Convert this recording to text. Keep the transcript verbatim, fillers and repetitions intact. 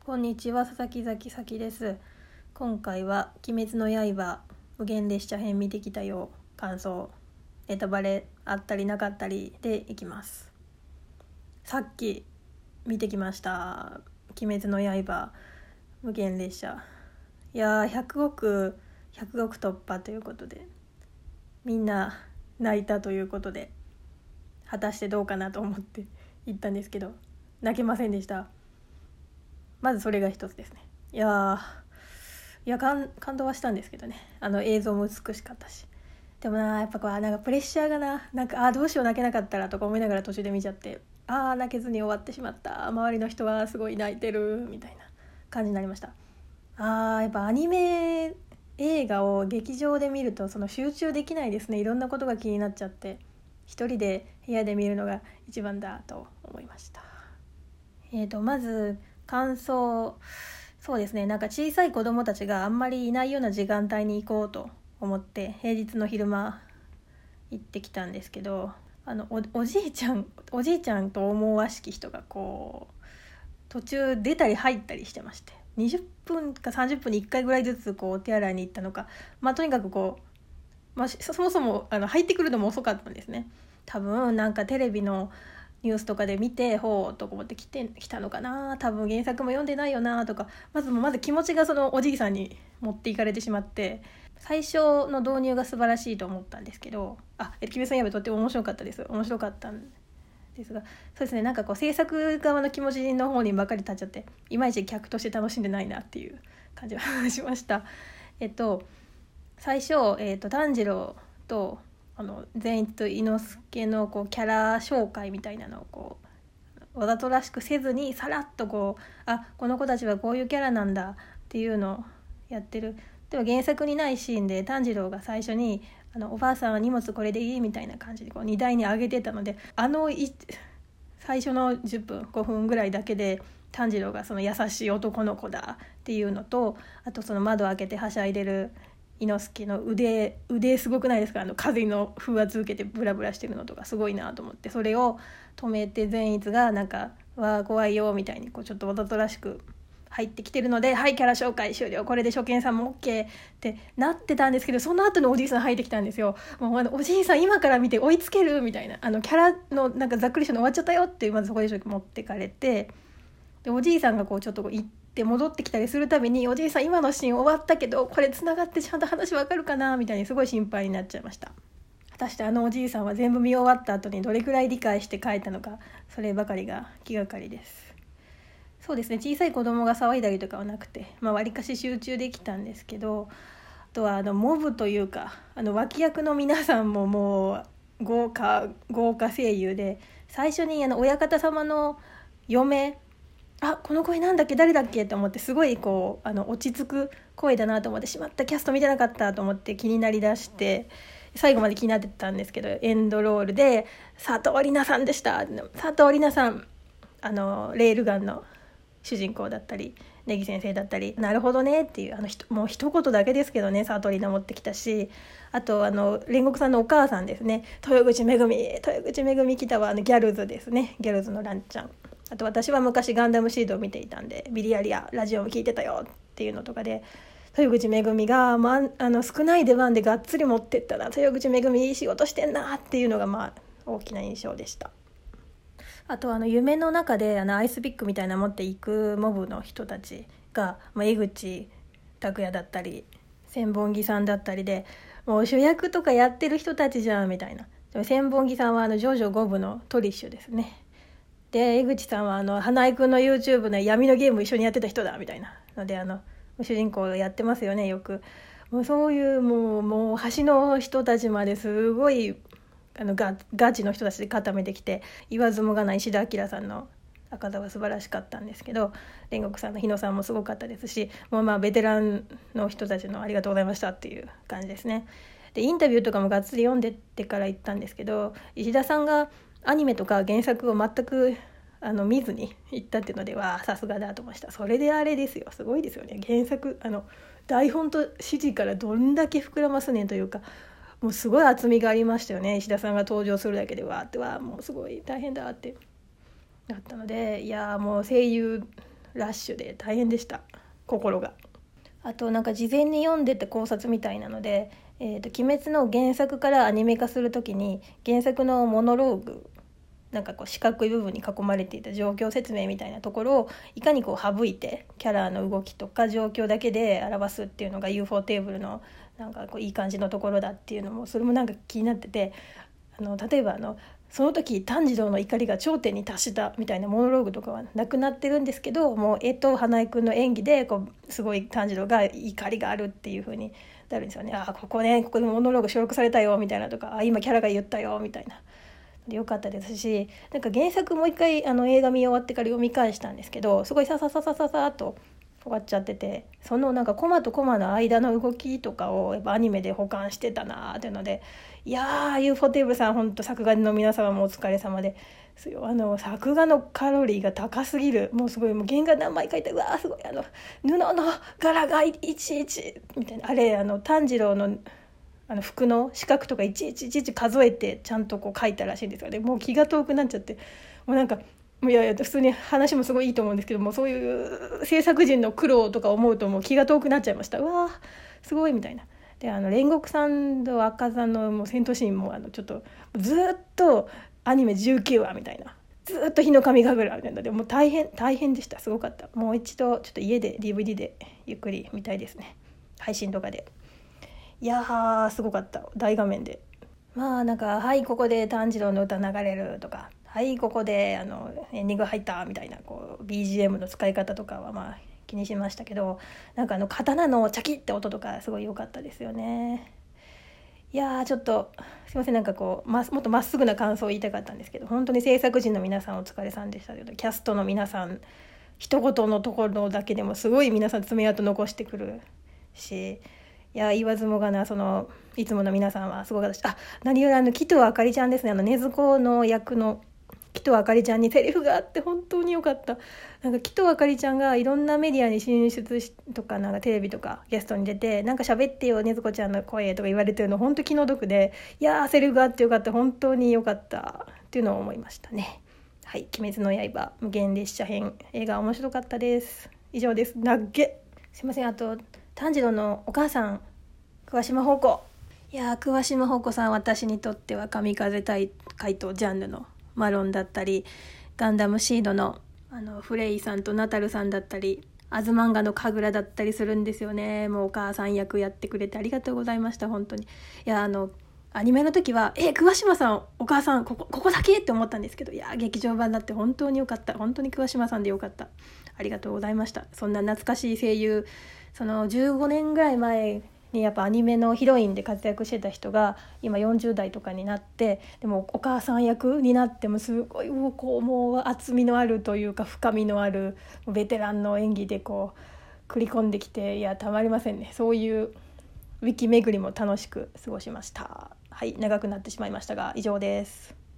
こんにちは、佐々木崎咲です。今回は鬼滅の刃無限列車編見てきたよ、感想、ネタバレあったりなかったりでいきます。さっき見てきました、鬼滅の刃無限列車。いやー、ひゃくおくひゃくおく突破ということで、みんな泣いたということで、果たしてどうかなと思って行ったんですけど、泣けませんでした。まずそれが一つですね。いやーいや感感動はしたんですけどね、あの映像も美しかったし、でもな、やっぱこうなんかプレッシャーがな、なんかあどうしよう泣けなかったらとか思いながら途中で見ちゃって、あー泣けずに終わってしまった、周りの人はすごい泣いてるみたいな感じになりました。あーやっぱアニメ映画を劇場で見るとその集中できないですね。いろんなことが気になっちゃって、一人で部屋で見るのが一番だと思いました。えーとまず感想、そうですね、なんか小さい子供たちがあんまりいないような時間帯に行こうと思って平日の昼間行ってきたんですけど、あの お, おじいちゃんおじいちゃんと思わしき人がこう途中出たり入ったりしてまして、にじゅっぷんかさんじゅっぷんにいっかいぐらいずつこうお手洗いに行ったのか、まあとにかくこう、まあ、そもそもあの入ってくるのも遅かったんですね。多分なんかテレビのニュースとかで見てほうと思って来てきたのかな、多分原作も読んでないよなとか、まずまず気持ちがそのおじいさんに持っていかれてしまって、最初の導入が素晴らしいと思ったんですけど、あ、鬼滅の刃とっても面白かったです面白かったんですが、そうですね、なんかこう制作側の気持ちの方にばかり立っちゃって、いまいち客として楽しんでないなっていう感じがしました。えっと最初、えっと、炭治郎とあの善逸と伊之助のこうキャラ紹介みたいなのをこうわざとらしくせずにさらっとこう、あこの子たちはこういうキャラなんだっていうのをやってる。でも原作にないシーンで炭治郎が最初にあのおばあさんは荷物これでいいみたいな感じでこう荷台に上げてたので、あのい最初のじゅっぷんごふんぐらいだけで炭治郎がその優しい男の子だっていうのと、あとその窓を開けてはしゃいでる伊之助の腕腕すごくないですか、あの風の風圧受けてブラブラしてるのとかすごいなと思って、それを止めて善逸がなんかわー怖いよみたいにこうちょっとわざとらしく入ってきてるので、はいキャラ紹介終了、これで初見さんも OK ってなってたんですけど、その後のおじいさん入ってきたんですよ。もうあのおじいさん今から見て追いつけるみたいな、あのキャラのなんかざっくりしたの終わっちゃったよってまずそこで持ってかれて、でおじいさんがこうちょっとこう行ってで戻ってきたりするたびに、おじいさん今のシーン終わったけどこれつながってちゃんと話わかるかなみたいにすごい心配になっちゃいました。果たしてあのおじいさんは全部見終わった後にどれくらい理解して書いたのか、そればかりが気がかりです。そうですね、小さい子供が騒いだりとかはなくて、まあ、割かし集中できたんですけど、あとはあのモブというかあの脇役の皆さんももう豪華豪華声優で、最初にあの親方様の嫁、あこの声なんだっけ誰だっけと思って、すごいこうあの落ち着く声だなと思って、しまったキャスト見てなかったと思って気になりだして、最後まで気になってたんですけど、エンドロールで佐藤里奈さんでした。佐藤里奈さん、あのレールガンの主人公だったりネギ先生だったり、なるほどねっていう、あのもう一言だけですけどね、佐藤里奈持ってきたし、あとあの煉獄さんのお母さんですね、豊口めぐみ豊口めぐみ来たわ、あのギャルズですね、ギャルズのランちゃん。あと私は昔ガンダムシードを見ていたんでビリヤリアラジオも聞いてたよっていうのとかで、豊口めぐみが、まあ、あの少ない出番でがっつり持ってったな、豊口めぐみいい仕事してんなっていうのがまあ大きな印象でした。あとあの夢の中であのアイスピックみたいな持っていくモブの人たちが、まあ、江口拓也だったり千本木さんだったりで、もう主役とかやってる人たちじゃんみたいな。でも千本木さんはあのジョジョご部のトリッシュですね。で江口さんはあの花井くんの YouTube の闇のゲーム一緒にやってた人だみたいなので、あの主人公やってますよねよく。もうそういうもうもう端の人たちまですごいあの ガ, ガチの人たちで固めてきて、言わずもがない石田明さんの赤座は素晴らしかったんですけど、煉獄さんの日野さんもすごかったですし、もうまあベテランの人たちのありがとうございましたっていう感じですね。でインタビューとかもがっつり読んでってから言ったんですけど、石田さんがアニメとか原作を全くあの見ずに行ったっていうのではさすがだと思いました。それであれですよ、すごいですよね。原作あの台本と指示からどんだけ膨らますねんというか、もうすごい厚みがありましたよね。石田さんが登場するだけでわーってわーもうすごい大変だってなったので、いやもう声優ラッシュで大変でした、心が。あとなんか事前に読んでた考察みたいなので、えーと、鬼滅の原作からアニメ化するときに原作のモノローグ、なんかこう四角い部分に囲まれていた状況説明みたいなところをいかにこう省いてキャラの動きとか状況だけで表すっていうのが ユーフォー テーブルのなんかこういい感じのところだっていうのも、それもなんか気になってて、あの例えばあのその時炭治郎の怒りが頂点に達したみたいなモノローグとかはなくなってるんですけど、もう江藤花江くんの演技でこうすごい炭治郎が怒りがあるっていう風になるんですよね。あ、ここね、ここでモノローグ収録されたよみたいなとか、あ、今キャラが言ったよみたいなでよかったですし、なんか原作もう一回あの映画見終わってから読み返したんですけど、すごいササササササッと終わっちゃってて、そのなんかコマとコマの間の動きとかをやっぱアニメで保管してたなーっていうので、いやー ユーフォー テーブルさん本当作画の皆様もお疲れ様ですよ。あの作画のカロリーが高すぎる、もうすごい、もう原画何枚描いた、うわーすごい、あの布の柄がいちいちみたいな、あれあの炭治郎のあの服の四角とかいちいちいちいち数えてちゃんとこう書いたらしいんですよね。もう気が遠くなっちゃって、もうなんかもういやいや普通に話もすごいいいと思うんですけども、そういう制作陣の苦労とか思うともう気が遠くなっちゃいました。うわーすごいみたいな。であの煉獄さんと赤座のもう戦闘シーンもあのちょっとずっとアニメじゅうきゅうわみたいな、ずっと日の神神楽みたいなで、もう大変大変でした。すごかった。もう一度ちょっと家で ディーブイディー でゆっくり見たいですね、配信とかで。いやーすごかった、大画面で。まあなんかはいここで炭治郎の歌流れるとか、はいここであのエンディング入ったみたいなこう ビージーエム の使い方とかはまあ気にしましたけど、なんかあの刀のチャキって音とかすごい良かったですよね。いやーちょっとすいません、なんかこうもっとまっすぐな感想を言いたかったんですけど、本当に制作陣の皆さんお疲れさんでしたけど、キャストの皆さん一言のところだけでもすごい皆さん爪痕残してくるし、いや言わずもがな、そのいつもの皆さんはすごかったし、あ、何よりあの紀藤あかりちゃんですね、あの禰豆子の役の紀藤あかりちゃんにセリフがあって本当に良かった。なんか紀藤あかりちゃんがいろんなメディアに進出しとか、なんかテレビとかゲストに出て、なんか喋ってよ禰豆子ちゃんの声とか言われてるの本当気の毒で、いやーセリフがあってよかった、本当に良かったっていうのを思いましたね。はい、鬼滅の刃無限列車編、映画面白かったです。以上です。なっげすいません。あと炭治郎のお母さん桑島宝子、いや桑島宝子さん、私にとっては神風怪盗ジャンルのマロンだったり、ガンダムシードのあのフレイさんとナタルさんだったり、アズマンガの神楽だったりするんですよね。もうお母さん役やってくれてありがとうございました、本当に。いやあのアニメの時はえ桑島さんお母さんここここだけって思ったんですけど、いや劇場版だって本当に良かった、本当に桑島さんで良かった、ありがとうございました。そんな懐かしい声優、そのじゅうごねんぐらい前にやっぱアニメのヒロインで活躍してた人が今よんじゅう代とかになって、でもお母さん役になってもすごいこうもう厚みのあるというか深みのあるベテランの演技でこう繰り込んできて、いやたまりませんね。そういうウィキ巡りも楽しく過ごしました。はい、長くなってしまいましたが以上です。